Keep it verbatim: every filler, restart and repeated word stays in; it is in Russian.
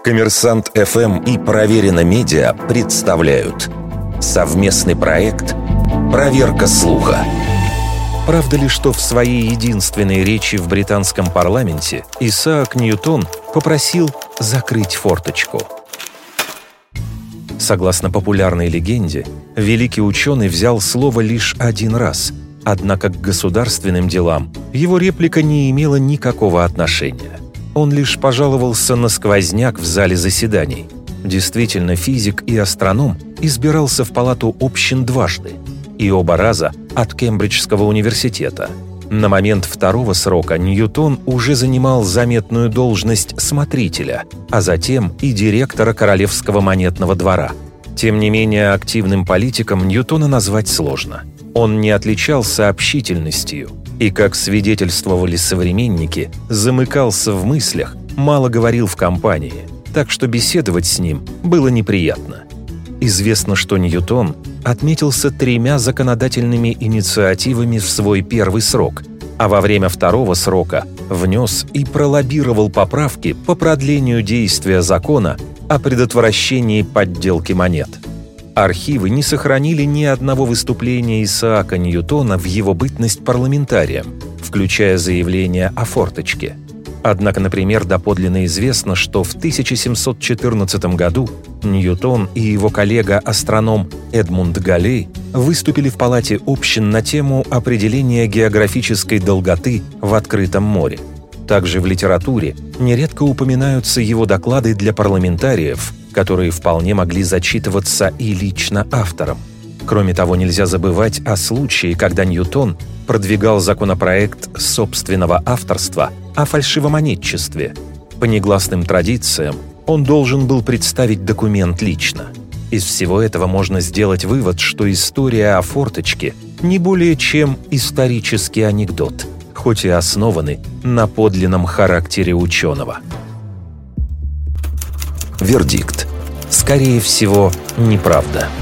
Коммерсант эф эм и Проверено Медиа представляют совместный проект «Проверка слуха». Правда ли, что в своей единственной речи в британском парламенте Исаак Ньютон попросил закрыть форточку? Согласно популярной легенде, великий ученый взял слово лишь один раз, однако к государственным делам его реплика не имела никакого отношения. Он лишь пожаловался на сквозняк в зале заседаний. Действительно, физик и астроном избирался в палату общин дважды, и оба раза от Кембриджского университета. На момент второго срока Ньютон уже занимал заметную должность смотрителя, а затем и директора Королевского монетного двора. Тем не менее, активным политиком Ньютона назвать сложно. Он не отличался общительностью и, как свидетельствовали современники, замыкался в мыслях, мало говорил в компании, так что беседовать с ним было неприятно. Известно, что Ньютон отметился тремя законодательными инициативами в свой первый срок, а во время второго срока внес и пролоббировал поправки по продлению действия закона о предотвращении подделки монет. Архивы не сохранили ни одного выступления Исаака Ньютона в его бытность парламентарием, включая заявление о форточке. Однако, например, доподлинно известно, что в тысяча семьсот четырнадцатом году Ньютон и его коллега-астроном Эдмунд Галлей выступили в Палате общин на тему определения географической долготы в открытом море. Также в литературе нередко упоминаются его доклады для парламентариев, которые вполне могли зачитываться и лично автором. Кроме того, нельзя забывать о случае, когда Ньютон продвигал законопроект собственного авторства о фальшивомонетчестве. По негласным традициям он должен был представить документ лично. Из всего этого можно сделать вывод, что история о форточке не более чем исторический анекдот, хоть и основанный на подлинном характере ученого. Вердикт. Скорее всего, неправда.